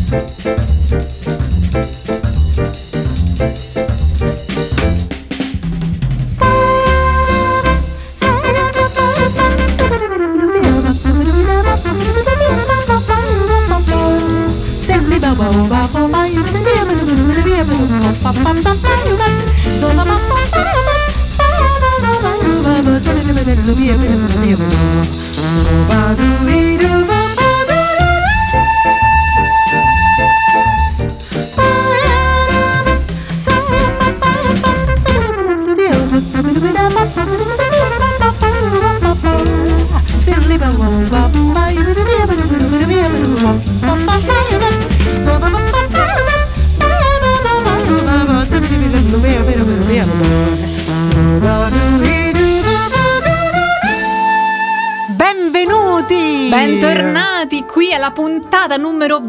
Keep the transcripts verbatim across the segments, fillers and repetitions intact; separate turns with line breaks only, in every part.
Bentornati qui alla puntata numero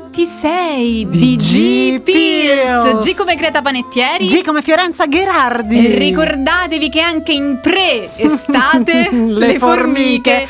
ventisei di, di G Pills. G come Greta Panettieri,
G come Fiorenza Gherardi.
E ricordatevi che anche in pre-estate le, le formiche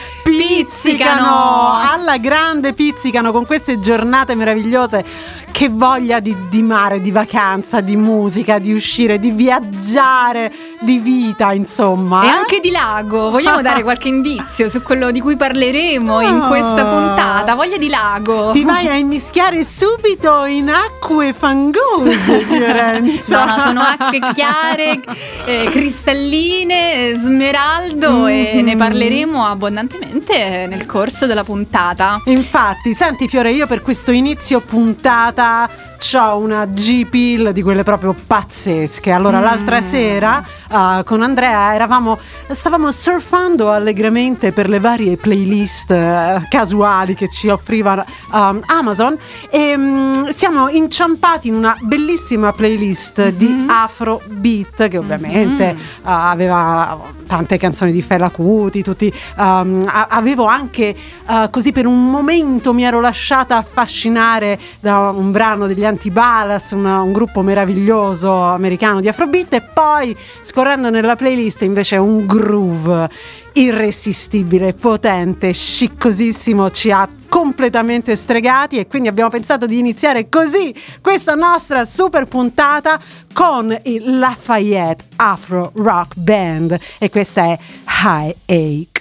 pizzicano.
Alla grande pizzicano con queste giornate meravigliose. Che voglia di, di mare, di vacanza, di musica, di uscire, di viaggiare, di vita, insomma.
E anche di lago. Vogliamo dare qualche indizio su quello di cui parleremo oh. in questa puntata? Voglia di lago.
Ti vai a immischiare subito in acque fangose, Fiorenza.
No, no, sono acque chiare, eh, cristalline, smeraldo mm-hmm. e ne parleremo abbondantemente nel corso della puntata.
Infatti, senti Fiore, io per questo inizio puntata c'ho una G-Pill di quelle proprio pazzesche. Allora mm. l'altra sera uh, con Andrea eravamo stavamo surfando allegramente per le varie playlist uh, casuali che ci offriva um, Amazon e um, siamo inciampati in una bellissima playlist mm-hmm. di Afrobeat che ovviamente mm-hmm. uh, aveva tante canzoni di Fela Kuti, tutti um, a- avevo anche uh, così per un momento mi ero lasciata affascinare da un brano degli Antibalas, una, un gruppo meraviglioso americano di Afrobeat, e poi scorrendo nella playlist invece un groove irresistibile, potente, sciccosissimo, ci ha completamente stregati, e quindi abbiamo pensato di iniziare così questa nostra super puntata con il Lafayette Afro Rock Band, e questa è High Ache.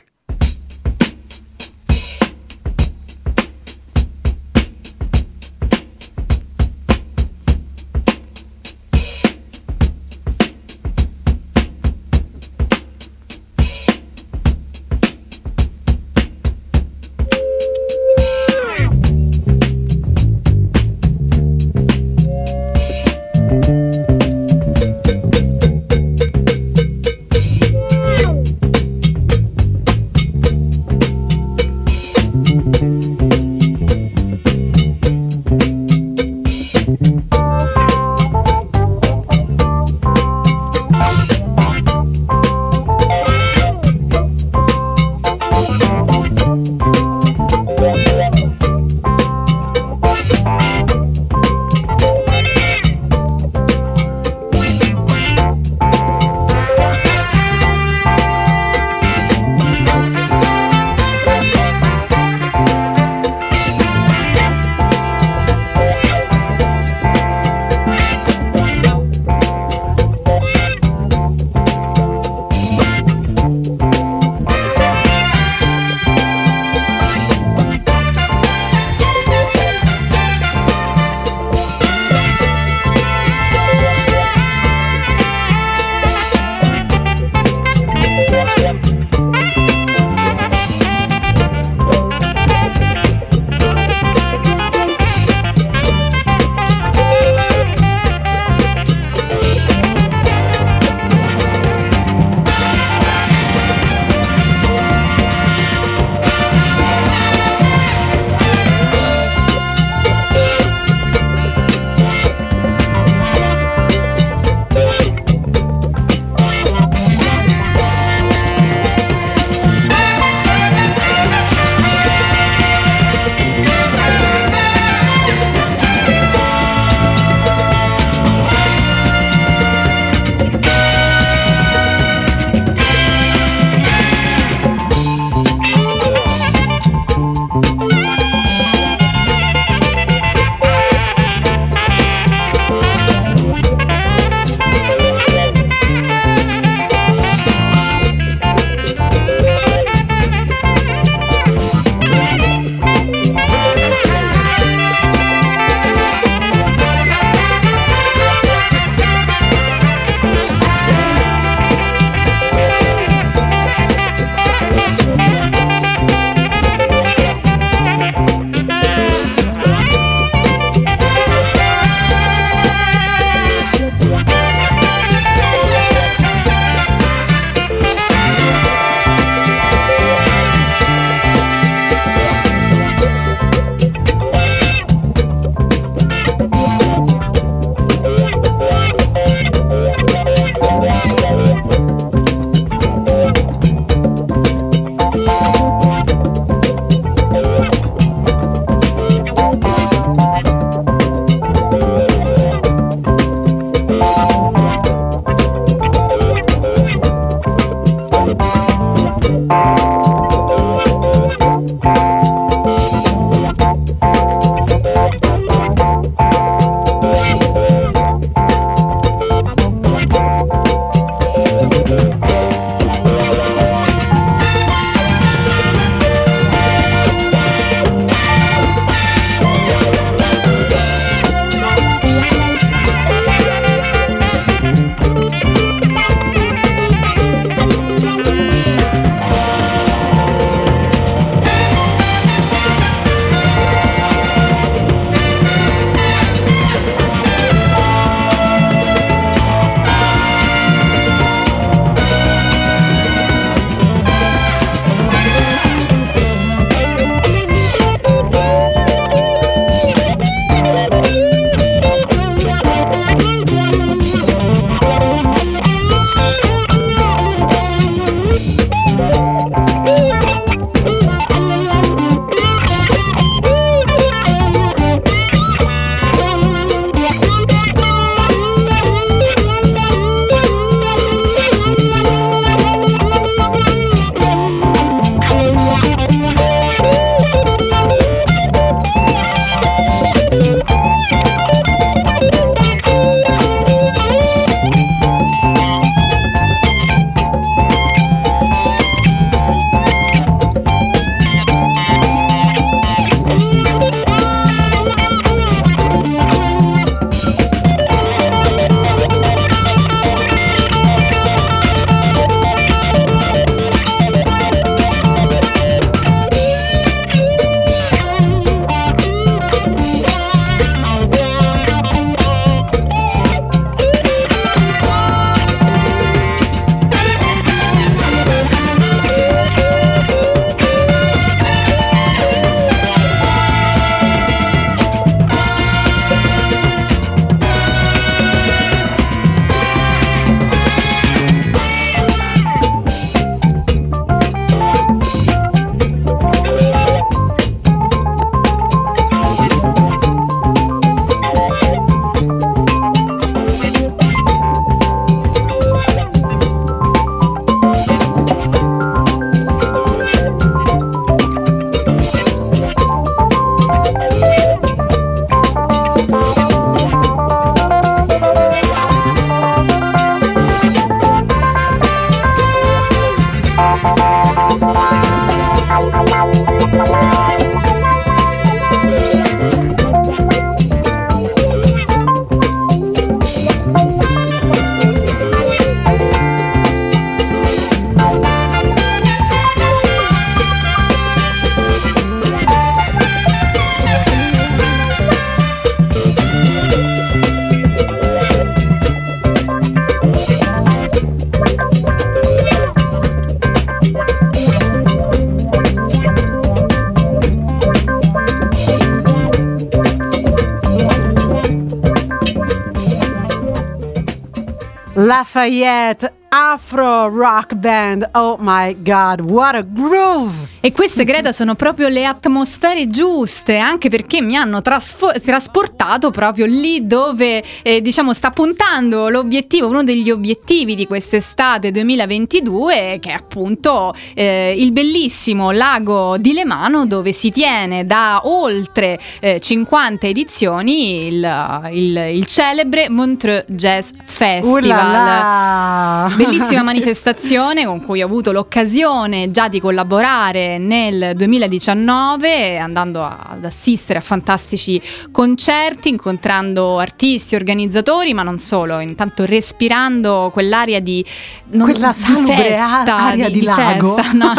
Lafayette Afro Rock Band. Oh my God, what a groove!
E queste, Greta, sono proprio le atmosfere giuste, anche perché mi hanno trasfo- trasportato proprio lì dove eh, diciamo sta puntando l'obiettivo, uno degli obiettivi di quest'estate duemilaventidue, che è appunto eh, il bellissimo lago di Lemano, dove si tiene da oltre eh, cinquanta edizioni il, il, il celebre Montreux Jazz Festival.
Uh là là.
Bellissima manifestazione con cui ho avuto l'occasione già di collaborare nel duemiladiciannove, andando a, ad assistere a fantastici concerti, incontrando artisti, organizzatori, ma non solo, intanto respirando quell'aria di non,
quella salubre
di festa,
aria
di,
di,
di
lago.
Festa, no.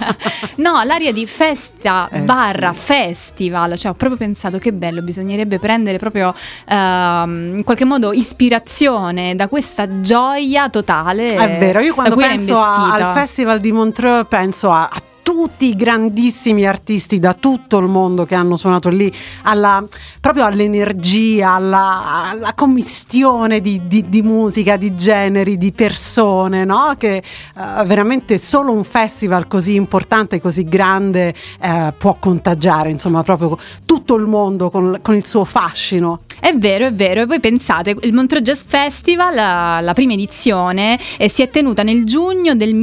No, l'aria di festa
eh,
barra
sì.
festival, cioè ho proprio pensato che bello, bisognerebbe prendere proprio ehm, in qualche modo ispirazione da questa gioia totale.
È vero, io quando penso a, al
investita.
Festival di Montreux penso a, a tutti i grandissimi artisti da tutto il mondo che hanno suonato lì, alla, proprio all'energia, alla, alla commistione di, di, di musica, di generi, di persone, no? Che uh, veramente solo un festival così importante, così grande uh, può contagiare, insomma, proprio tutto il mondo con, con il suo fascino.
È vero, è vero. E voi pensate, il Montreux Jazz Festival, la, la prima edizione, eh, si è tenuta nel giugno del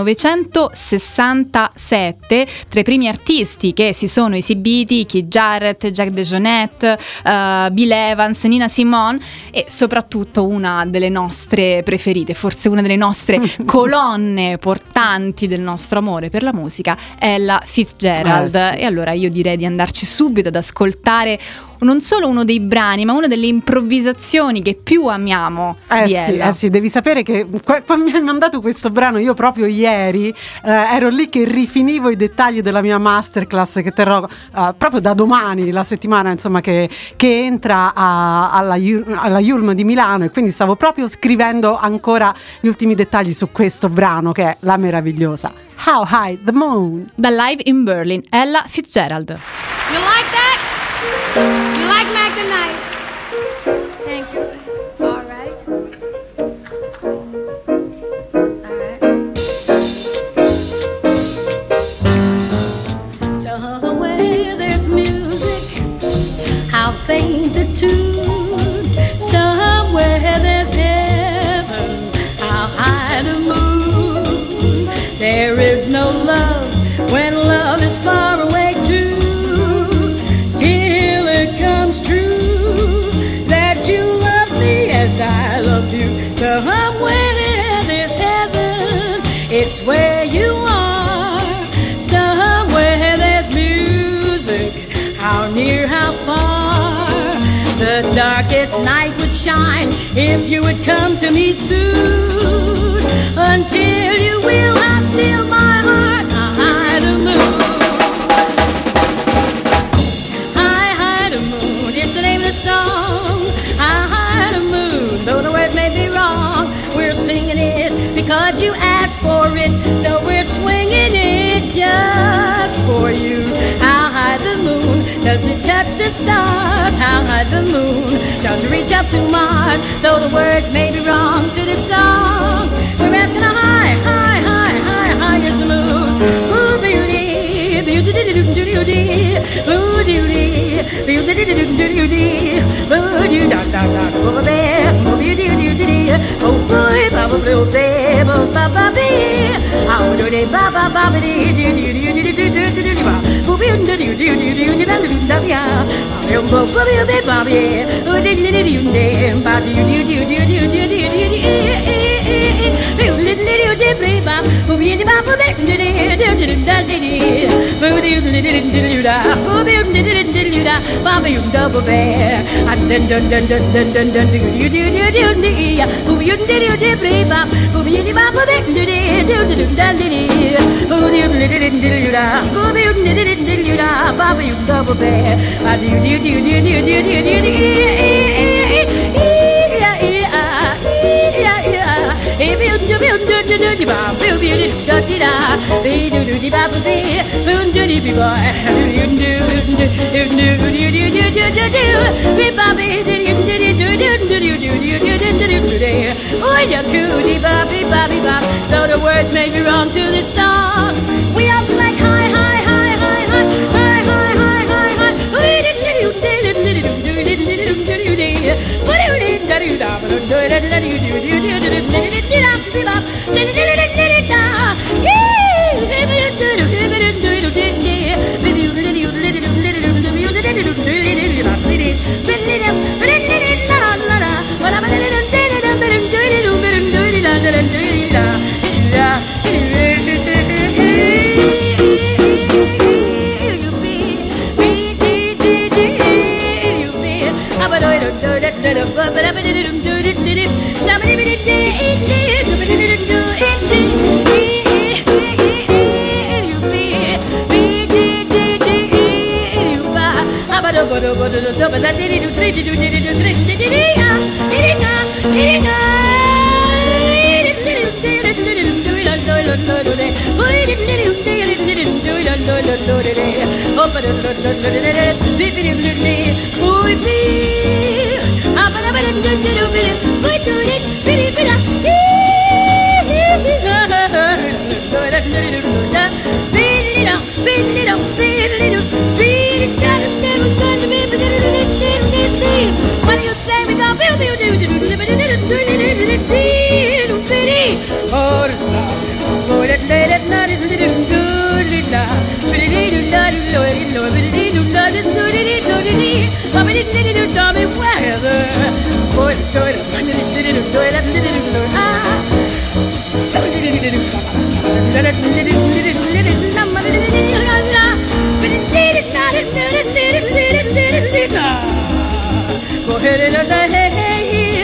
millenovecentosessantasette. Tra i primi artisti che si sono esibiti, Keith Jarrett, Jack DeJohnette, uh, Bill Evans, Nina Simone e soprattutto una delle nostre preferite, forse una delle nostre colonne portanti del nostro amore per la musica, Ella Fitzgerald.
Eh, sì.
E allora io direi di andarci subito ad ascoltare non solo uno dei brani, ma una delle improvvisazioni che più amiamo
eh
di
sì,
Ella.
eh sì, devi sapere che quando mi hai mandato questo brano, io proprio ieri eh, ero lì che rifinivo i dettagli della mia masterclass che terrò eh, proprio da domani, la settimana insomma che, che entra a, alla, alla Yulm di Milano, e quindi stavo proprio scrivendo ancora gli ultimi dettagli su questo brano che è la meravigliosa How High the Moon.
Da Live in Berlin, Ella Fitzgerald.
You like that? You like Mac tonight? Thank you. All right. All right. Somewhere there's music, how faint the tune. Somewhere there's heaven, how high the moon. There is no love when love is far away too. I love you. Somewhere there's heaven, it's where you are. Somewhere there's music, how near, how far. The darkest night would shine if you would come to me soon. Until you will, I steal my heart. I hide the moon. I hide the moon, it's the name of the song. I hide the moon, though the words may be wrong. We're singing it because you asked for it, so we're swinging it just for you. How high the moon, does it touch the stars? How high the moon, does it reach up to Mars? Though the words may be wrong to the song, we're asking how high, high, high, high, high is the moon. Ooh, beauty, beauty, beauty, beauty, beauty, ooh, beauty, beauty, beauty, beauty, ooh, you da da da over there, oh beauty, beauty, oh boy, baba blue, baba baba bee, oh do de baba baba dee, do do do do do do do do ba, oh beauty, do do do do do da da da ya, oh bo bo be be baba, oh do do do do do, ba do do do do do do do do do, beauty, do do do do ba, oh beauty baba be do do do do da da dee, oh do do do do do da, oh beauty do do do da, baba you double bear, and dun dun dun dun dun dun dun do do do do do do ya, oh you do do do do ba, oh beauty baba be do do do do da da dee, oh do do do do do da, oh beauty do do do do da, baba you double bear, and do do do do do do do do do yeah yeah yeah yeah, if you do do do do do do ba, beauty do do do da, be do do do ba be, do do do do boy, do do do do do do do do do do do, be ba be do do do do do do do do do do do do do. Oh yeah Though the words may be wrong to this song, we are like high, high, high, high, high, high, high, high, high, high. What do you say we go? Go ahead and hey, hey,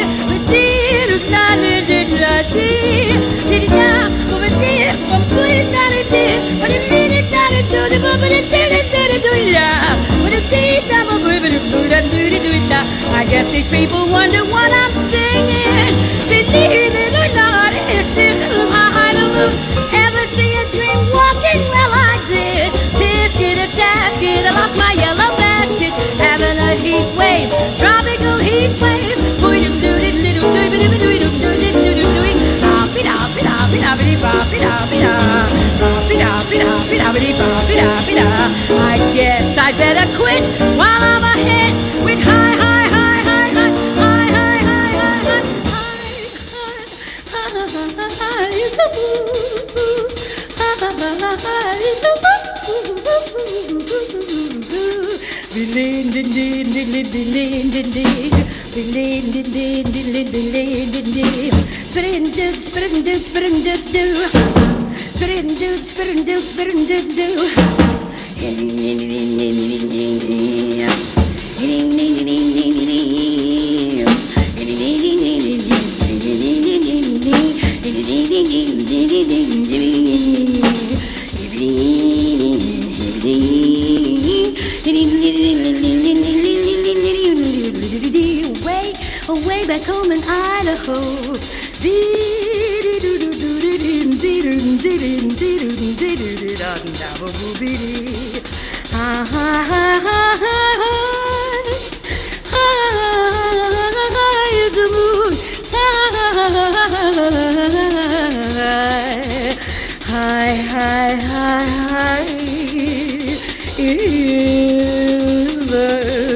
I guess these people wonder what I'm singing. Believe it or not, it's this hallelujah. Ever see a dream walking? Well, I did. Biscuit a tasket, I lost my yellow basket. Having a heat wave, tropical heat wave. I guess I better quit while I'm ahead with high, high, high, high, high, high, high, high, high, high, high, Way, way back home in Idaho. Hi, hi, hi, hi, in the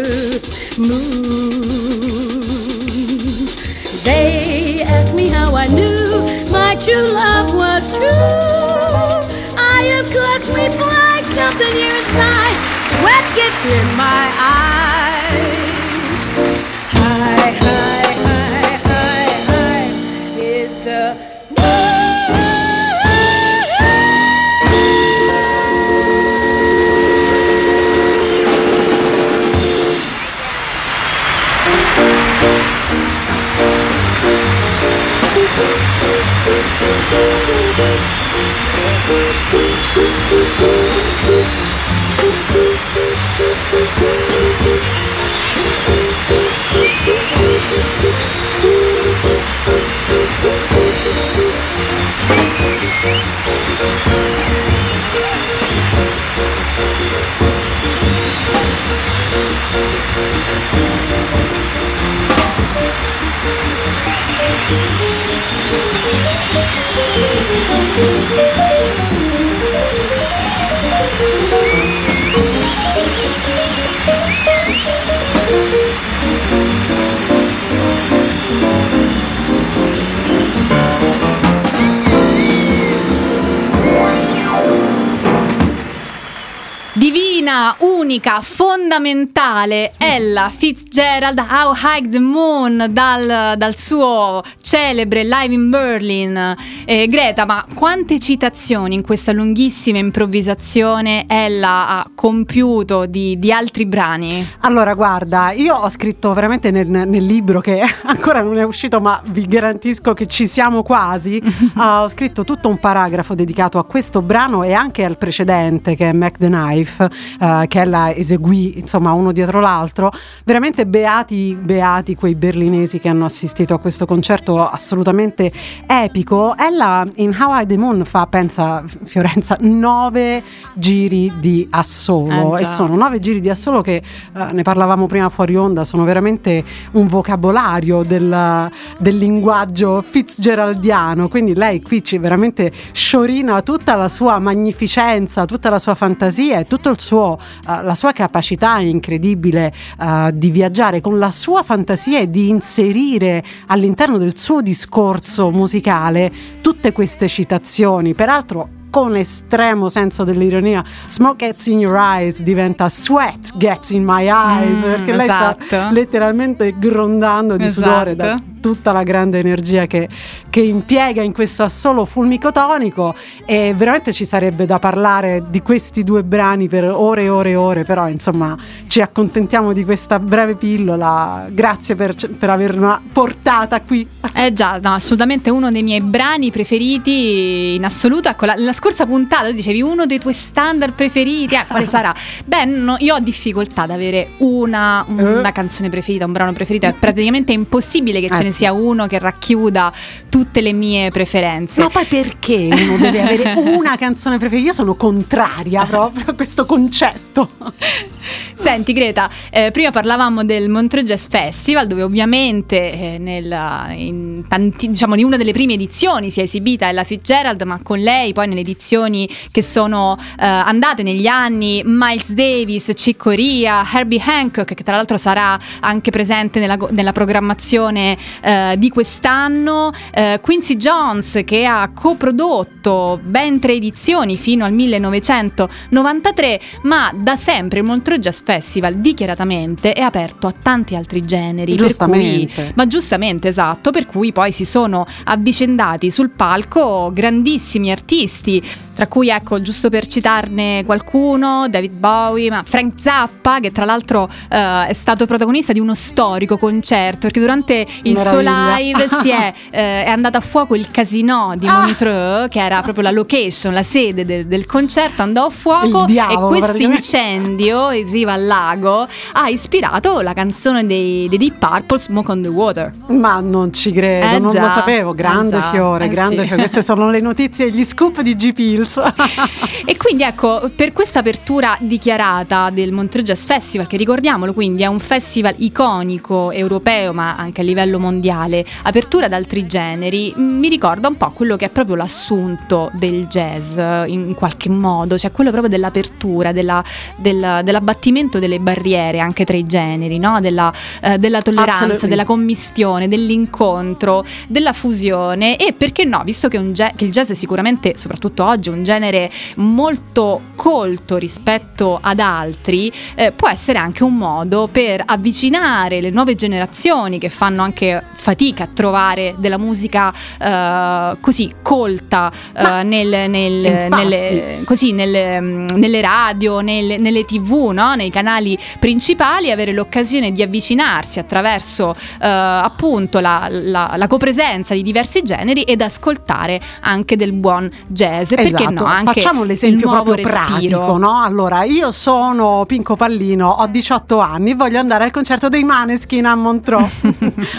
moon. They asked me how I knew my true love was true. I, of course, replied something here inside. Sweat gets in my eyes. Hi, hi, hi, hi, hi, is the
Divina, unica, fondamentale, Ella Fitzgerald, How High the Moon, dal, dal suo celebre Live in Berlin. Eh, Greta, ma quante citazioni in questa lunghissima improvvisazione Ella ha compiuto di, di altri brani?
Allora, guarda, io ho scritto veramente nel, nel libro, che ancora non è uscito, ma vi garantisco che ci siamo quasi. uh, ho scritto tutto un paragrafo dedicato a questo brano e anche al precedente, che è Mac the Knife, Uh, che ella eseguì, insomma, uno dietro l'altro. Veramente beati, beati quei berlinesi che hanno assistito a questo concerto assolutamente epico. Ella in How High the Moon fa, pensa Fiorenza, nove giri di assolo,
eh,
e sono nove giri di assolo che uh, ne parlavamo prima fuori onda, sono veramente un vocabolario del, del linguaggio fitzgeraldiano. Quindi lei qui ci veramente sciorina tutta la sua magnificenza, tutta la sua fantasia e tutto il suo, uh, la sua capacità incredibile uh, di viaggiare con la sua fantasia e di inserire all'interno del suo discorso musicale tutte queste citazioni, peraltro con estremo senso dell'ironia. Smoke gets in your eyes diventa sweat gets in my eyes,
mm,
perché
esatto.
lei sta letteralmente grondando di
esatto.
sudore da tutta la grande energia che, che impiega in questo assolo fulmicotonico. E veramente ci sarebbe da parlare di questi due brani per ore e ore e ore, però insomma ci accontentiamo di questa breve pillola. Grazie per, per averla portata qui.
Eh già, no, assolutamente uno dei miei brani preferiti in assoluto. Ecco, la, la scorsa puntata tu dicevi uno dei tuoi standard preferiti, eh, quale sarà? Beh, no, io ho difficoltà ad avere una, una eh. canzone preferita, un brano preferito. È praticamente impossibile che eh ce ne sì. sia uno che racchiuda tutte le mie preferenze.
Ma poi perché uno deve avere una canzone preferita? Io sono contraria proprio a questo concetto.
Senti Greta, eh, prima parlavamo del Montreux Jazz Festival, dove ovviamente eh, nel, in tanti, diciamo di una delle prime edizioni si è esibita Ella Fitzgerald, ma con lei poi nelle edizioni che sono eh, andate negli anni Miles Davis, Chick Corea, Herbie Hancock, che tra l'altro sarà anche presente nella, nella programmazione eh, di quest'anno, eh, Quincy Jones, che ha coprodotto ben tre edizioni fino al millenovecentonovantatré, ma da sempre il Montreux Jazz Festival dichiaratamente è aperto a tanti altri generi,
giustamente.
Per cui, ma giustamente, esatto, per cui poi si sono avvicendati sul palco grandissimi artisti, tra cui, ecco, giusto per citarne qualcuno, David Bowie, ma Frank Zappa, che tra l'altro eh, è stato protagonista di uno storico concerto, perché durante il Meraviglia. suo live si è, eh, è andato a fuoco il Casino di Montreux, ah! che era proprio la location, la sede de- del concerto, andò a fuoco, diavolo, e questo incendio in riva al lago ha ispirato la canzone dei, dei Deep Purple, Smoke on the Water.
Ma non ci credo, eh non già, lo sapevo, grande
eh
fiore,
eh
grande
sì.
fiore. Queste sono le notizie e gli scoop di G Pills.
E quindi ecco, per questa apertura dichiarata del Montreux Jazz Festival, che ricordiamolo quindi è un festival iconico europeo ma anche a livello mondiale, apertura ad altri generi, mi ricorda un po' quello che è proprio l'assunto del jazz in qualche modo, cioè quello proprio dell'apertura, della, del, dell'abbattimento delle barriere anche tra i generi, no? della, eh, della tolleranza, Absolutely. della commistione, dell'incontro, della fusione. E perché no, visto che, un jazz, che il jazz è sicuramente, soprattutto oggi, un genere molto colto rispetto ad altri, eh, può essere anche un modo per avvicinare le nuove generazioni che fanno anche fatica a trovare della musica eh, così colta eh, nel, nel, nelle, così, nelle, nelle radio, nelle, nelle tv, no? Nei canali principali, avere l'occasione di avvicinarsi attraverso eh, appunto la, la, la copresenza di diversi generi ed ascoltare anche del buon jazz.
Esatto.
Perché no, anche
facciamo l'esempio proprio
respiro.
pratico, no? Allora, io sono Pinco Pallino, ho diciotto anni, voglio andare al concerto dei Maneskin a Montreux. Organizzo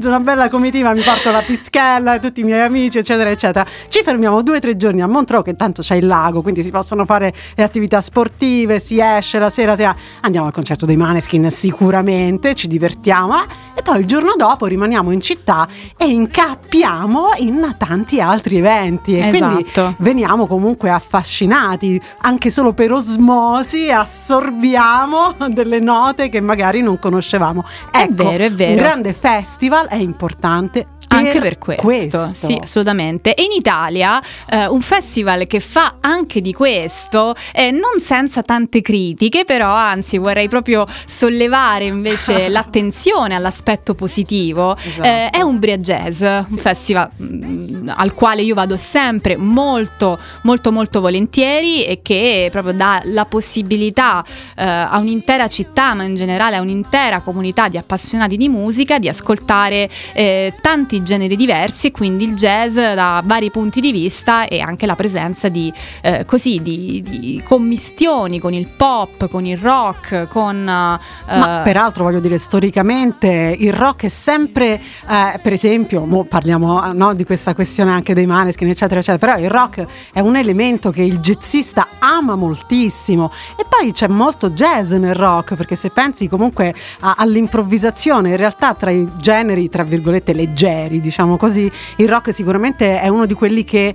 organizzo una bella comitiva, mi porto la pischella, tutti i miei amici, eccetera, eccetera. Ci fermiamo due o tre giorni a Montreux, che tanto c'è il lago, quindi si possono fare le attività sportive, si esce la sera, sera andiamo al concerto dei Maneskin sicuramente, ci divertiamo, eh? E poi il giorno dopo rimaniamo in città e incappiamo in tanti altri eventi e
esatto.
quindi veniamo comunque affascinati, anche solo per osmosi assorbiamo delle note che magari non conoscevamo. Ecco,
è vero, è vero.
Un grande festival è importante
anche per questo,
questo.
Sì, assolutamente. E in Italia eh, un festival che fa anche di questo, eh, non senza tante critiche, però anzi vorrei proprio sollevare invece l'attenzione all'aspetto positivo,
esatto.
eh, è Umbria Jazz, sì. Un festival mh, al quale io vado sempre molto molto molto volentieri e che proprio dà la possibilità eh, a un'intera città, ma in generale a un'intera comunità di appassionati di musica di ascoltare eh, tanti generi diversi, e quindi il jazz da vari punti di vista e anche la presenza di eh, così di, di commistioni con il pop, con il rock, con eh,
ma peraltro voglio dire, storicamente il rock è sempre eh, per esempio, mo parliamo no, di questa questione anche dei Maneskin eccetera eccetera, però il rock è un elemento che il jazzista ama moltissimo e poi c'è molto jazz nel rock, perché se pensi comunque a, all'improvvisazione in realtà tra i generi tra virgolette leggeri, diciamo così, il rock sicuramente è uno di quelli che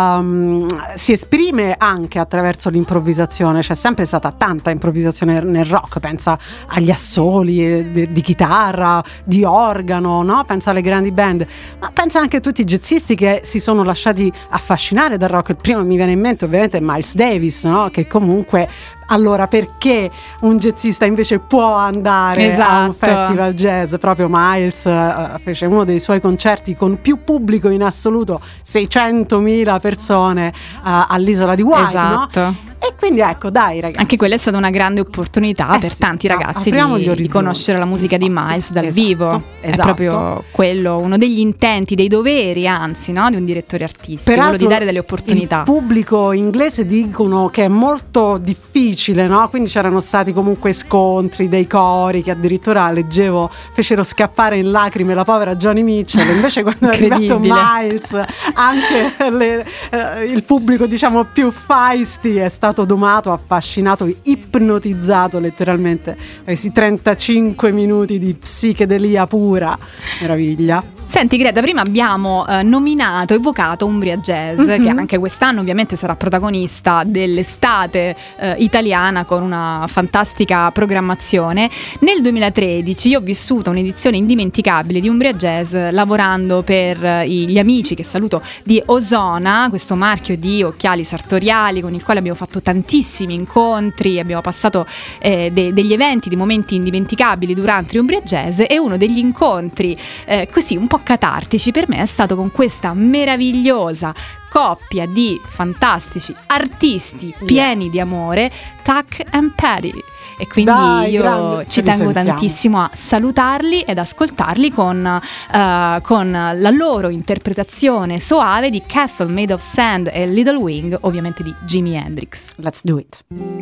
um, si esprime anche attraverso l'improvvisazione. C'è sempre stata tanta improvvisazione nel rock, pensa agli assoli di, di chitarra, di organo, no? Pensa alle grandi band, ma pensa anche a tutti i jazzisti che si sono lasciati affascinare dal rock. Il primo che mi viene in mente ovviamente è Miles Davis, no? Che comunque allora perché un jazzista invece può andare
esatto.
a un festival jazz? Proprio Miles uh, fece uno dei suoi concerti con più pubblico in assoluto, seicentomila persone uh, all'isola di Wight,
esatto.
no? E quindi ecco, dai ragazzi,
anche quella è stata una grande opportunità
eh
per
sì,
tanti ragazzi
di,
di conoscere la musica di Miles dal
esatto,
vivo.
esatto.
È proprio quello, uno degli intenti, dei doveri anzi, no, di un direttore artistico,
peraltro,
quello di dare delle opportunità.
Il pubblico inglese dicono che è molto difficile, no? Quindi c'erano stati comunque scontri dei cori che addirittura leggevo fecero scappare in lacrime la povera Joni Mitchell. Invece quando è arrivato Miles anche le, eh, il pubblico diciamo più feisty è stato domato, affascinato, ipnotizzato letteralmente. Questi trentacinque minuti di psichedelia pura, meraviglia.
Senti Greta, prima abbiamo eh, nominato, evocato Umbria Jazz, mm-hmm. che anche quest'anno ovviamente sarà protagonista dell'estate eh, italiana con una fantastica programmazione. Nel duemilatredici io ho vissuto un'edizione indimenticabile di Umbria Jazz lavorando per eh, gli amici, che saluto, di Ozona, questo marchio di occhiali sartoriali con il quale abbiamo fatto tantissimi incontri, abbiamo passato eh, de- degli eventi, di momenti indimenticabili durante Umbria Jazz, e uno degli incontri eh, così un po' catartici per me è stato con questa meravigliosa coppia di fantastici artisti pieni yes. di amore, Tuck and Patty. E quindi
Dai,
io
grande,
ci tengo
risentiamo.
tantissimo a salutarli ed ascoltarli con, uh, con la loro interpretazione soave di Castle Made of Sand e Little Wing, ovviamente di Jimi Hendrix.
Let's do it.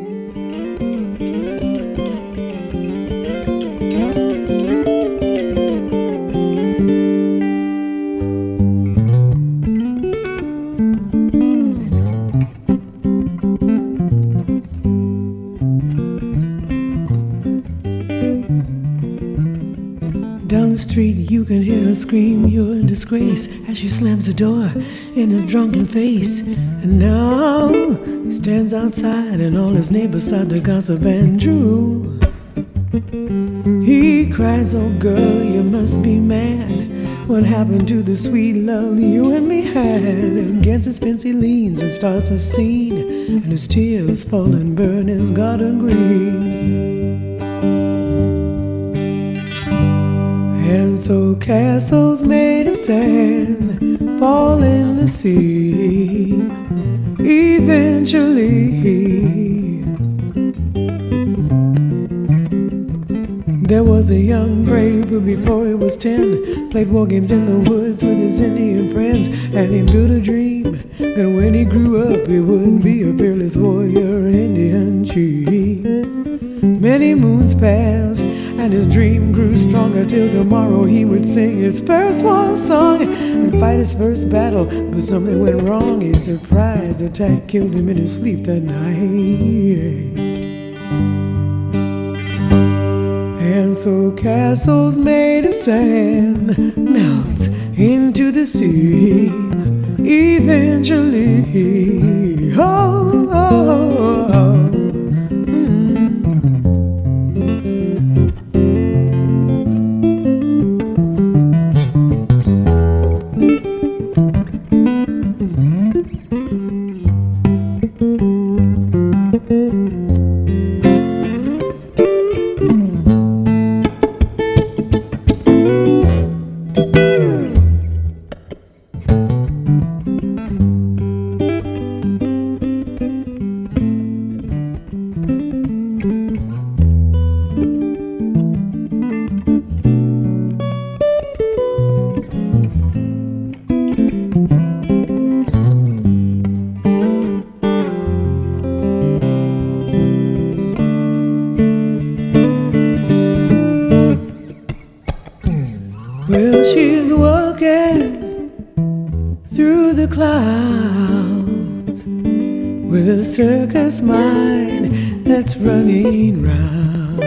Down the street you can hear her scream, you're a disgrace, as she slams the door in his drunken face. And now he stands outside and all his neighbors start to gossip and drool. He cries, oh girl, you must be mad. What happened to the sweet love you and me had? Against his fence he leans and starts a scene, and his tears fall and burn his garden green. And so castles made of sand fall in the sea eventually. There was a young brave who before he was ten played war games in the woods with his Indian friends, and he built a dream that when he grew up he would be a fearless warrior Indian chief. Many moons passed and his dream grew stronger till tomorrow he would sing his first war song and fight his first battle. But something went wrong. A surprise attack killed him in his sleep that night. And so castles made of sand melt into the sea eventually. Oh, oh, oh. Well, she's walking through the clouds with a circus mind that's running round.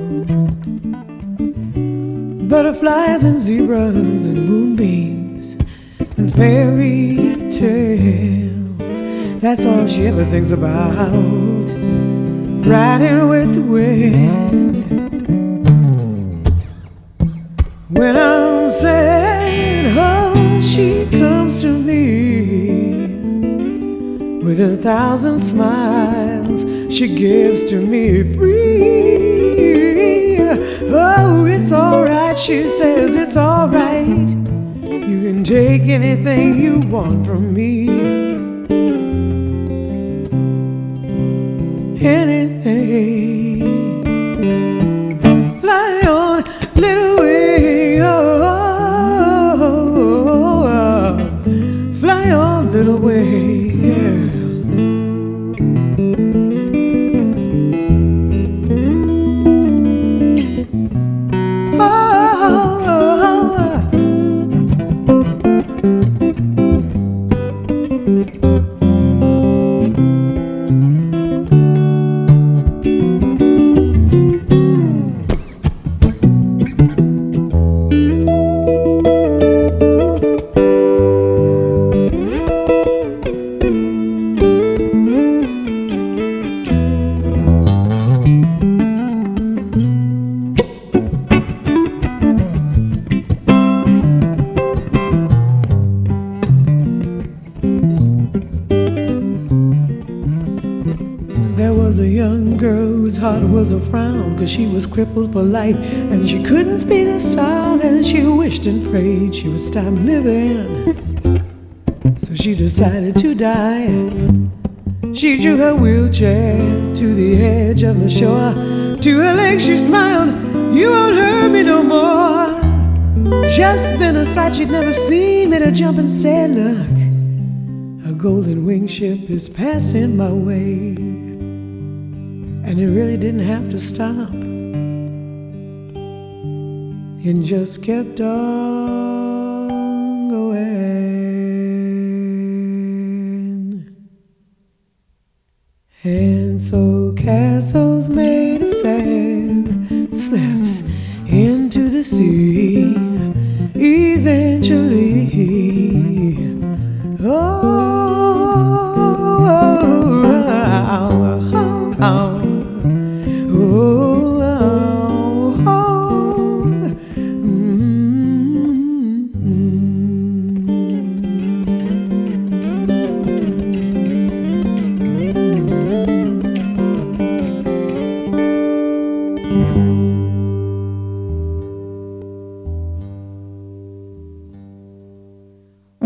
Butterflies and zebras and moonbeams and fairy tales. That's all she ever thinks about. Riding with the wind. When I'm sad, oh, she comes to me with a thousand smiles she gives to me free. Oh, it's alright, she says, it's alright. You can take anything you want from me. Anything. Fly on, little wing, oh, oh, oh. Fly on, little wing, yeah. Was a frown, cause she was crippled for life and she couldn't speak a sound, and she wished and prayed she would stop living. So she decided to die. She drew her wheelchair to the edge of the shore. To her legs she smiled, you won't hurt me no more. Just then a sight she'd never seen made her jump and said, look, a golden winged ship is passing my way. And it really didn't have to stop. It just kept on going. And so castles made of sand slips into the sea eventually. Oh, oh, oh, oh, oh.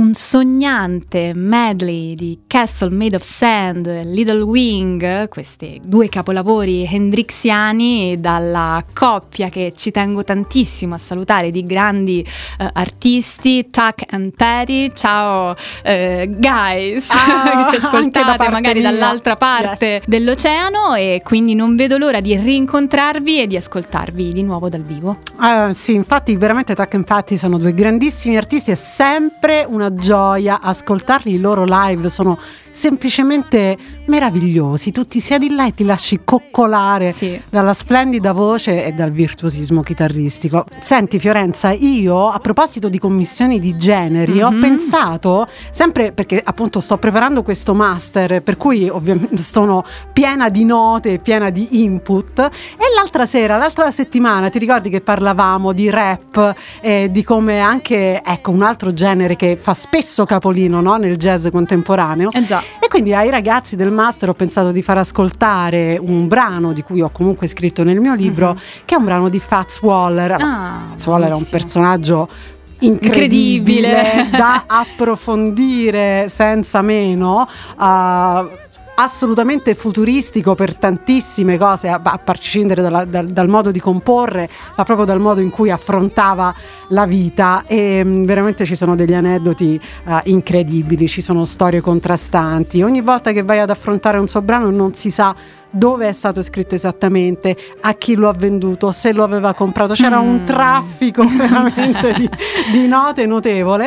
un sognante medley di Castle Made of Sand, Little Wing, questi due capolavori hendrixiani dalla coppia che ci tengo tantissimo a salutare di grandi uh, artisti, Tuck and Patty. Ciao uh, guys,
ah,
che ci ascoltate
da
magari
mia.
dall'altra parte
Yes.
dell'oceano, e quindi non vedo l'ora di rincontrarvi e di ascoltarvi di nuovo dal vivo.
Uh, sì, infatti veramente Tuck and Patty sono due grandissimi artisti, è sempre una gioia ascoltarli, i loro live sono semplicemente meravigliosi, tu ti siedi là e ti lasci coccolare
Sì.
dalla splendida voce e dal virtuosismo chitarristico. Senti Fiorenza, io a proposito di commissioni di generi
Mm-hmm.
ho pensato, sempre perché appunto sto preparando questo master, per cui ovviamente sono piena di note, piena di input, e l'altra sera, l'altra settimana ti ricordi che parlavamo di rap e di come anche, ecco, un altro genere che fa spesso capolino, no, nel jazz contemporaneo.
Eh già.
E quindi ai ragazzi del master ho pensato di far ascoltare un brano di cui ho comunque scritto nel mio libro,
Mm-hmm.
che è un brano di Fats Waller.
Ah,
Fats Waller è un
bellissimo.
personaggio incredibile,
Incredibile.
da approfondire senza meno, uh, assolutamente futuristico per tantissime cose, a, a prescindere dalla, dal, dal modo di comporre, ma proprio dal modo in cui affrontava la vita. E mh, veramente ci sono degli aneddoti uh, incredibili, ci sono storie contrastanti. Ogni volta che vai ad affrontare un suo brano non si sa dove è stato scritto esattamente, a chi lo ha venduto, se lo aveva comprato, c'era
Mm.
un traffico veramente di, di note notevole.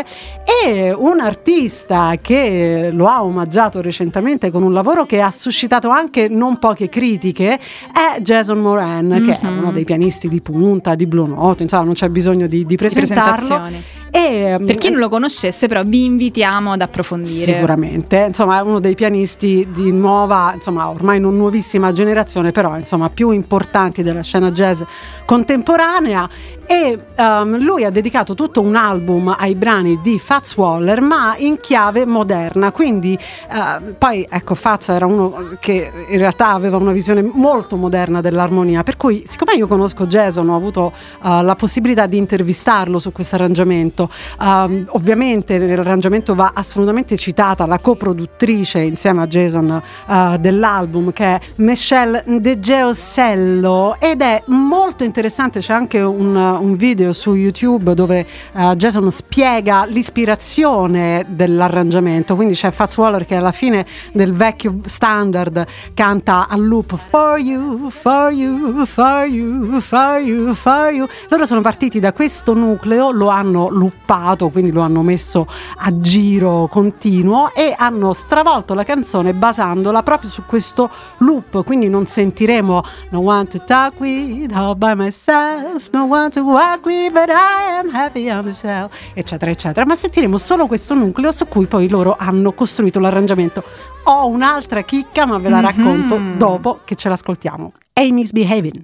E un artista che lo ha omaggiato recentemente con un lavoro che ha suscitato anche non poche critiche è Jason Moran, mm-hmm. che è uno dei pianisti di punta di Blue Note, insomma non c'è bisogno di, di presentarlo.
presentazioni.
E,
Per chi non lo conoscesse, però vi invitiamo ad approfondire.
Sicuramente, insomma è uno dei pianisti di nuova, insomma ormai non nuovissima generazione, però insomma più importanti della scena jazz contemporanea. E um, lui ha dedicato tutto un album ai brani di Fats Waller, ma in chiave moderna, quindi uh, poi ecco, Fats era uno che in realtà aveva una visione molto moderna dell'armonia, per cui siccome io conosco Jason, ho avuto uh, la possibilità di intervistarlo su questo arrangiamento. Um, ovviamente nell'arrangiamento va assolutamente citata la coproduttrice insieme a Jason uh, dell'album, che è Michelle De Geosello, ed è molto interessante. C'è anche un, un video su YouTube dove uh, Jason spiega l'ispirazione dell'arrangiamento, quindi c'è Fats Waller che alla fine del vecchio standard canta a loop for you, for you, for you, for you, for you. Loro sono partiti da questo nucleo, lo hanno loopato, quindi lo hanno messo a giro continuo e hanno stravolto la canzone basandola proprio su questo loop, quindi non sentiremo no one to talk with, all by myself, no one to walk with, but I am happy on the shelf, eccetera eccetera, ma sentiremo solo questo nucleo su cui poi loro hanno costruito l'arrangiamento. Ho un'altra chicca, ma ve la
Mm-hmm.
racconto dopo che ce l'ascoltiamo. Amy's Behaving.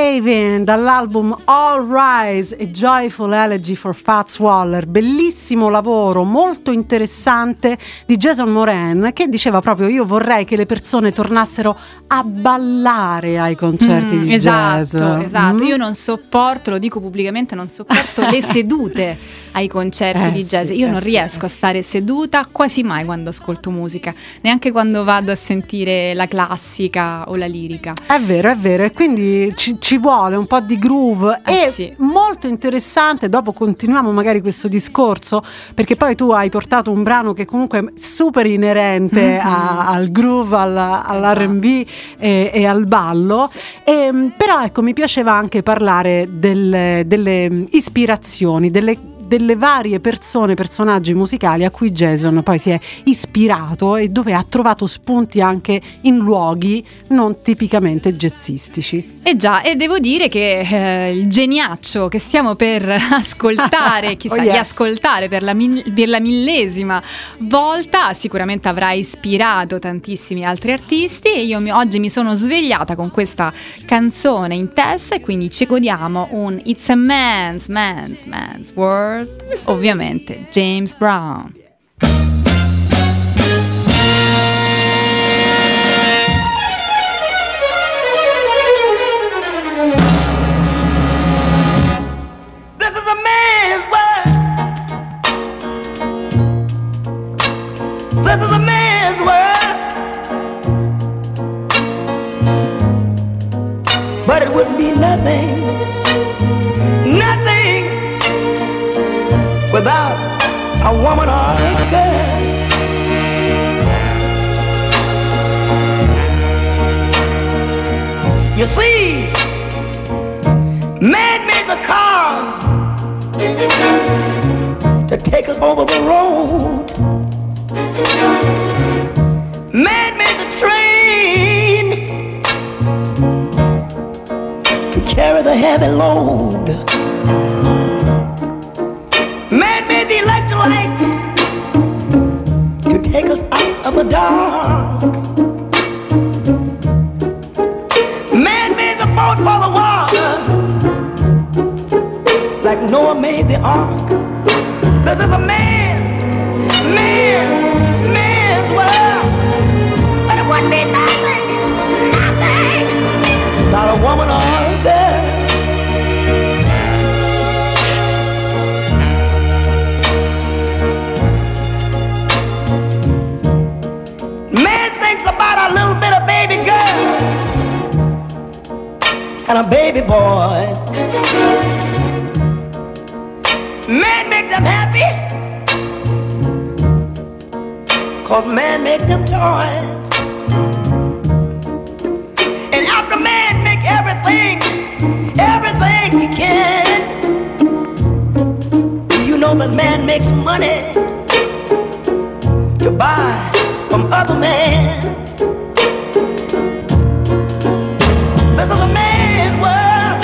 Cave-In dall'album All Rise e Joyful Elegy for Fats Waller, bellissimo lavoro molto interessante di Jason Moran, che diceva proprio: io vorrei che le persone tornassero a ballare ai concerti
mm,
di
esatto,
jazz.
Esatto,
mm.
io non sopporto, lo dico pubblicamente, non sopporto le sedute ai concerti
Eh
di jazz.
sì,
Io
eh
non
sì,
riesco
eh
a stare seduta quasi mai quando ascolto musica, neanche quando vado a sentire la classica o la lirica.
È vero, è vero, e quindi ci, ci vuole un po' di groove.
Eh
e
sì.
molto interessante, dopo continuiamo magari questo discorso, perché poi tu hai portato un brano che comunque è super inerente
Mm-hmm.
a, al groove, al, all'R and B e, e al ballo, e, però ecco, mi piaceva anche parlare del, delle ispirazioni, delle delle varie persone, personaggi musicali a cui Jason poi si è ispirato e dove ha trovato spunti anche in luoghi non tipicamente jazzistici.
E già, e devo dire che eh, il geniaccio che stiamo per ascoltare, chissà,
Oh, yes.
riascoltare per la, mil- per la millesima volta, sicuramente avrà ispirato tantissimi altri artisti, e io mi- oggi mi sono svegliata con questa canzone in testa, e quindi ci godiamo un It's a Man's, Man's, Man's World, ovviamente James Brown.
This is a man's world. This is a man's world. But it wouldn't be nothing, nothing without a woman or a girl. You see, man made the cars to take us over the road. Man made the train to carry the heavy load. Man made the electric light to take us out of the dark. Man made the boat for the water, like Noah made the ark. This is a man's, man's, man's world. But it wouldn't be nothing, nothing without a woman or a girl. Man thinks about a little bit of baby girls and a baby boys. Man make them happy, cause man make them toys. And after man make everything, everything he can, you know that man makes money to buy from other men. This is a man's world,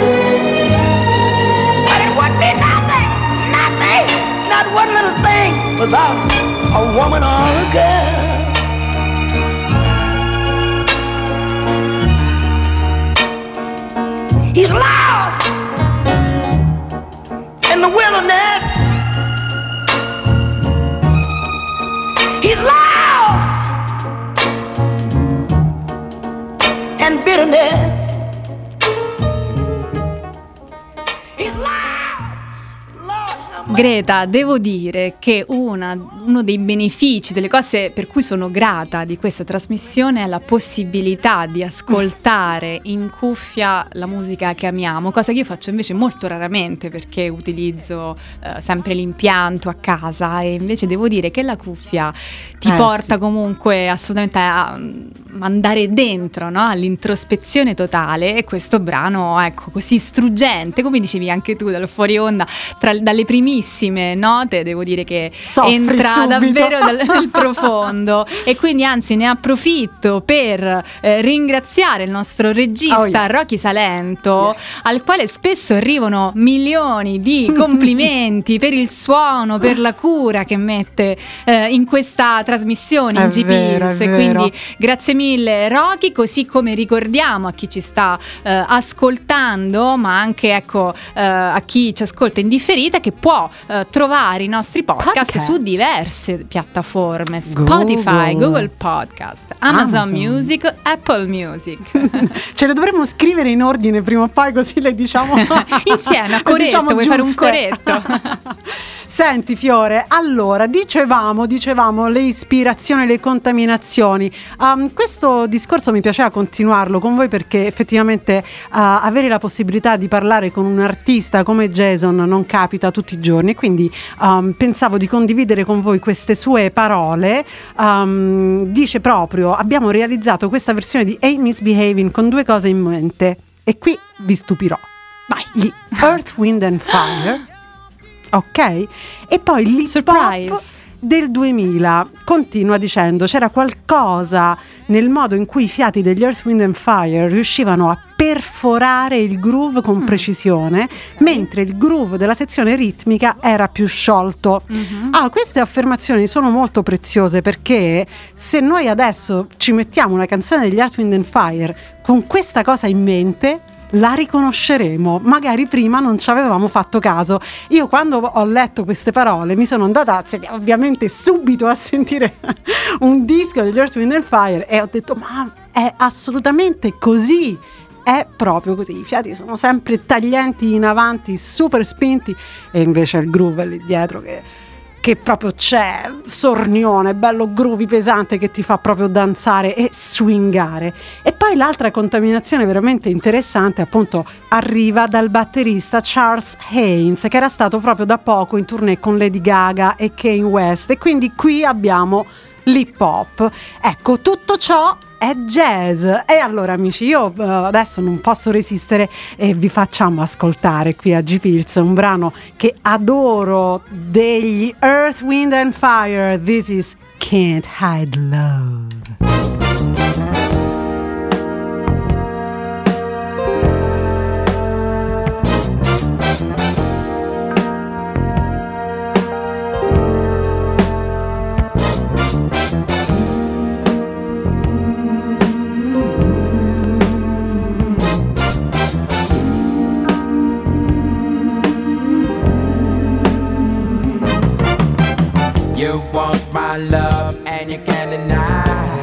but it wouldn't be nothing, nothing, not one little thing without a woman or a girl. He's lost in the wilderness. He's lost in bitterness. He's lost. Lord, have mercy.
Greta, devo dire che una, uno dei benefici, delle cose per cui sono grata di questa trasmissione è la possibilità di ascoltare in cuffia la musica che amiamo, cosa che io faccio invece molto raramente perché utilizzo eh, sempre l'impianto a casa, e invece devo dire che la cuffia ti
Eh,
porta
sì.
comunque assolutamente a andare dentro, no? All'introspezione totale, e questo brano, ecco, così struggente, come dicevi anche tu dallo fuori onda, tra, dalle primissime bellissime note, devo dire che
Soffri
entra
subito.
davvero dal, nel profondo, e quindi anzi ne approfitto per eh, ringraziare il nostro regista
Oh, yes.
Rocky Salento,
Yes.
al quale spesso arrivano milioni di complimenti per il suono, per la cura che mette eh, in questa trasmissione
È
in G
vero, è
Pills.
vero.
Quindi grazie mille Rocky, così come ricordiamo a chi ci sta eh, ascoltando, ma anche ecco eh, a chi ci ascolta in differita, che può eh, trovare i nostri podcast,
Podcast.
su diverse piattaforme: Spotify,
Google.
Google Podcast, Amazon,
Amazon.
Music, Apple Music.
Ce le dovremmo scrivere in ordine prima o poi, così le diciamo
Insieme a
le
coretto,
diciamo
vuoi fare un
giuste.
coretto?
Senti Fiore, allora dicevamo, dicevamo le ispirazioni, le contaminazioni. Um, questo discorso mi piaceva continuarlo con voi, perché effettivamente uh, avere la possibilità di parlare con un artista come Jason non capita tutti i giorni, quindi um, pensavo di condividere con voi queste sue parole. Um, dice proprio: abbiamo realizzato questa versione di Ain't Misbehaving con due cose in mente, e qui vi stupirò.
Vai.
Gli Earth, Wind and Fire, ok? E poi l'hip
Surprise.
hop del duemila. Continua dicendo: c'era qualcosa nel modo in cui i fiati degli Earth, Wind and Fire riuscivano a perforare il groove con
Mm.
precisione, mentre il groove della sezione ritmica era più sciolto.
Mhm.
Ah, queste affermazioni sono molto preziose, perché se noi adesso ci mettiamo una canzone degli Earth, Wind and Fire con questa cosa in mente, la riconosceremo. Magari prima non ci avevamo fatto caso. Io quando ho letto queste parole mi sono andata ovviamente subito a sentire un disco degli Earth, Wind and Fire, e ho detto: ma è assolutamente così, è proprio così. I fiati sono sempre taglienti in avanti, super spinti, e invece il groove è lì dietro che che proprio c'è, sornione, bello groovy, pesante, che ti fa proprio danzare e swingare. E poi l'altra contaminazione veramente interessante, appunto, arriva dal batterista Charles Haynes, che era stato proprio da poco in tournée con Lady Gaga e Kanye West, e quindi qui abbiamo l'hip hop. Ecco, tutto ciò è jazz. E allora amici, io uh, adesso non posso resistere e vi facciamo ascoltare qui a G Pills un brano che adoro degli Earth, Wind and Fire. This is Can't Hide Love.
You want my love and you can't deny.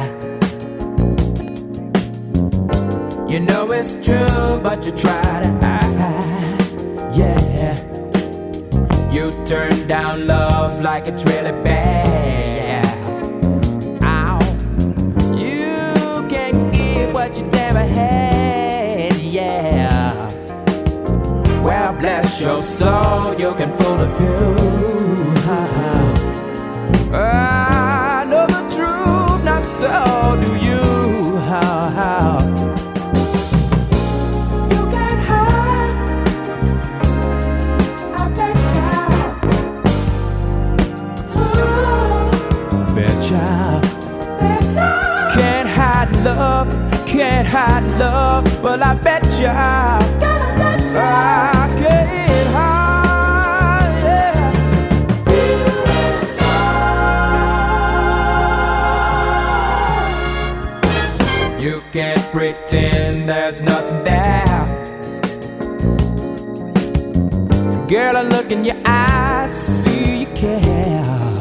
You know it's true, but you try to hide. Yeah, you turn down love like it's really bad. Ow. You can't give what you never had. Yeah. Well, bless your soul, you can fool a few. I know the truth, not so do you. How, how? You can't hide. I bet ya. Betcha. Betcha. Can't hide love, can't hide love. Well, I bet ya. I can't hide, yeah. You can't pretend there's nothing there. Girl, I look in your eyes, see you care.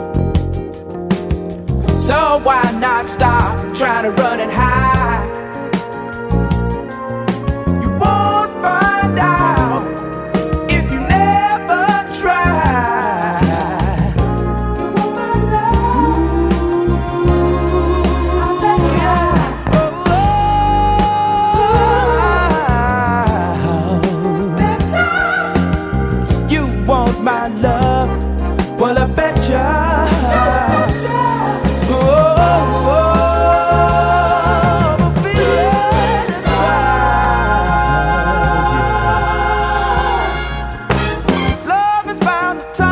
So why not stop trying to run and hide? You won't find out if you never try. You want my love? I'll let you. Oh, you want my love? Well, I bet ya. Love is bound to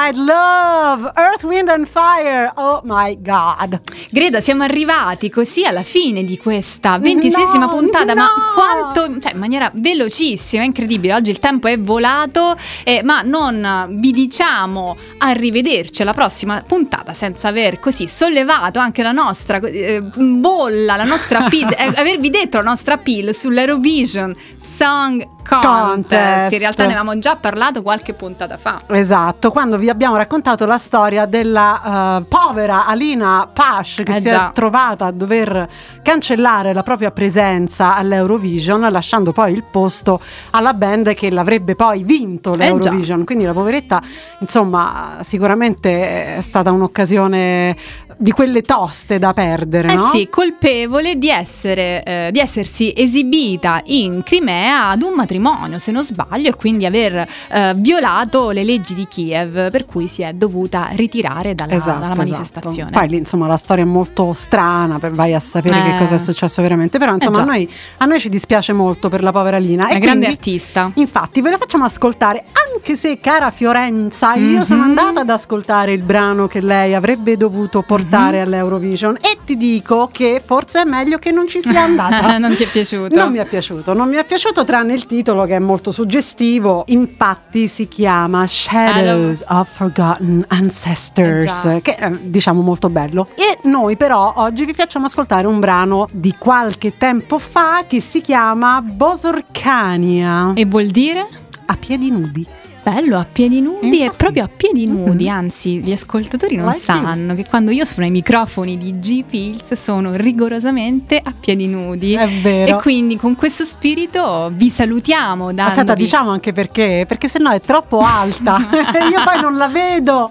Night Love, Earth, Wind and Fire. Oh my God.
Greta, siamo arrivati così alla fine di questa ventiseiesima
No,
puntata,
no.
ma quanto, cioè in maniera velocissima, incredibile. Oggi il tempo è volato, eh, ma non vi diciamo arrivederci alla prossima puntata senza aver così sollevato anche la nostra eh, bolla, la nostra appeal, eh, avervi detto la nostra appeal sull'Eurovision Song Contest.
Contest.
In realtà ne avevamo già parlato qualche puntata fa.
Esatto, quando vi abbiamo raccontato la storia della uh, povera Alina Pash che
Eh
si
già.
è trovata a dover cancellare la propria presenza all'Eurovision, lasciando poi il posto alla band che l'avrebbe poi vinto l'Eurovision. Quindi la poveretta, insomma, sicuramente è stata un'occasione di quelle toste da perdere,
Eh
no?
sì, colpevole di essere eh, di essersi esibita in Crimea ad un matrimonio, se non sbaglio, e quindi aver eh, violato le leggi di Kiev, per cui si è dovuta ritirare dalla,
Esatto,
dalla manifestazione.
esatto. Poi lì insomma la storia è molto strana, per- vai a sapere
Eh.
che cosa è successo veramente, però insomma
già.
a noi, a noi ci dispiace molto per la povera Lina.
Una
e
grande
quindi,
artista.
Infatti ve la facciamo ascoltare, anche se cara Fiorenza, io sono
Mhm.
andata ad ascoltare il brano che lei avrebbe dovuto portare
Mhm.
all'Eurovision e ti dico che forse è meglio che non ci sia andata.
Non ti è piaciuto?
Non mi è piaciuto, non mi è piaciuto tranne il titolo che è molto suggestivo. Infatti si chiama Shadows of Forgotten Ancestors,
Eh già.
che è diciamo molto bello. E noi però oggi vi facciamo ascoltare un brano di qualche tempo fa che si chiama Bosorcania,
E vuol dire?
a piedi nudi.
Bello, a piedi nudi, e
Infatti.
proprio a piedi nudi,
Mhm.
anzi gli ascoltatori non
Like
sanno che quando io suono i microfoni di G-Pills sono rigorosamente a piedi nudi.
È vero.
E quindi con questo spirito vi salutiamo da
Aspetta, diciamo anche perché, perché sennò è troppo alta e io poi non la vedo.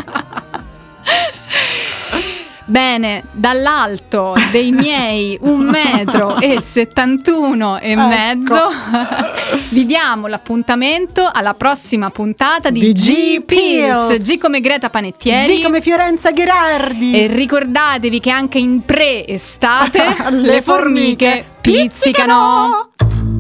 Bene, dall'alto dei miei un metro e settantuno e
Ecco.
mezzo vi diamo l'appuntamento alla prossima puntata di,
Di
G-Pills.
G-Pills.
G come Greta Panettieri.
G come Fiorenza Gherardi.
E ricordatevi che anche in pre-estate
Le
le formiche pizzicano.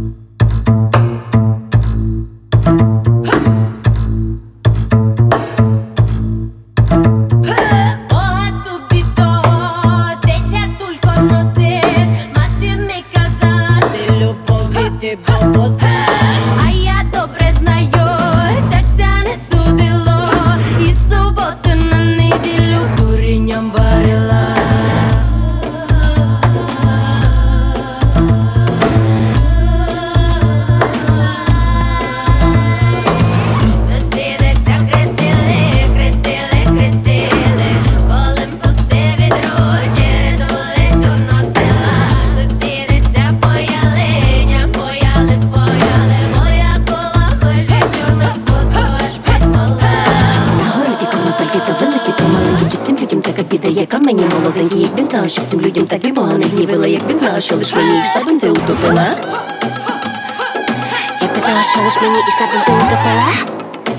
Ojalá tu pito deja tu conocer, más de mi casa se lo поведе бабоса. А я добре знаю, серця не судило, і суботу на неділю курінням варила. Сусіди ця хрестили, хрестили, хрестили, колем пусте відро через вулицю носила. Сусіди ся бояли, бояли, бояли, моя кола лежить чорна фото аж підмала.
На городі конопельки то великі, то маленькі, чи всім людям така біда, яка мені молоденькі. Якби знала, що всім людям так бібога не гнівила, якби знала, що лиш мені йшла бензи утопила. Якби знала, що лиш мені йшла бензи утопила.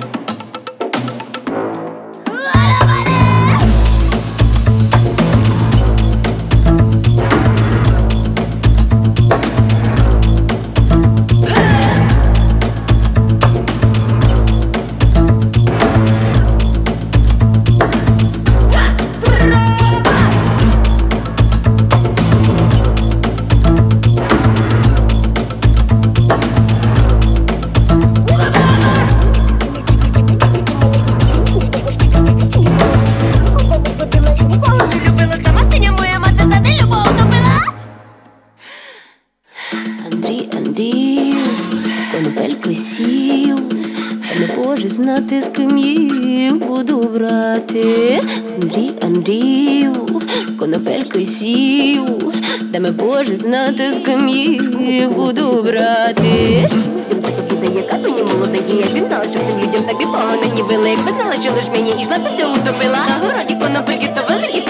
Андрій, Андрію, конопелько сів, та не Боже знати, з ким їв буду брати. Андрій, Андрію, конопелько сів, та не Боже знати, з ким їв буду брати. Яка мені молоденькі, як він знав, що всім людям так біпого не гнівили. Якби знала, що лиш мені ішла, то цього утопила. На городі конопельки то великі,